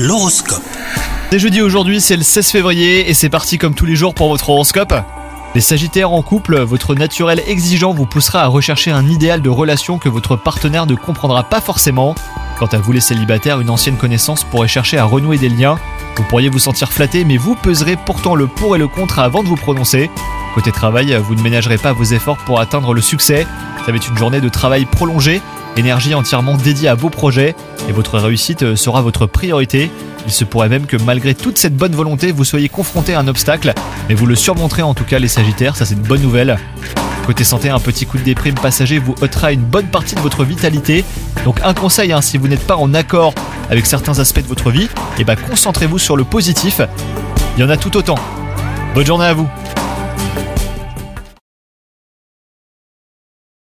L'horoscope. C'est jeudi aujourd'hui, c'est le 16 février et c'est parti comme tous les jours pour votre horoscope. Les Sagittaires en couple, votre naturel exigeant vous poussera à rechercher un idéal de relation que votre partenaire ne comprendra pas forcément. Quant à vous les célibataires, une ancienne connaissance pourrait chercher à renouer des liens. Vous pourriez vous sentir flatté, mais vous peserez pourtant le pour et le contre avant de vous prononcer. Côté travail, vous ne ménagerez pas vos efforts pour atteindre le succès. Ça va être une journée de travail prolongée, énergie entièrement dédiée à vos projets, et votre réussite sera votre priorité. Il se pourrait même que malgré toute cette bonne volonté, vous soyez confronté à un obstacle, mais vous le surmonterez en tout cas les Sagittaires, ça c'est une bonne nouvelle. Côté santé, un petit coup de déprime passager vous ôtera une bonne partie de votre vitalité. Donc un conseil, si vous n'êtes pas en accord avec certains aspects de votre vie, concentrez-vous sur le positif. Il y en a tout autant. Bonne journée à vous.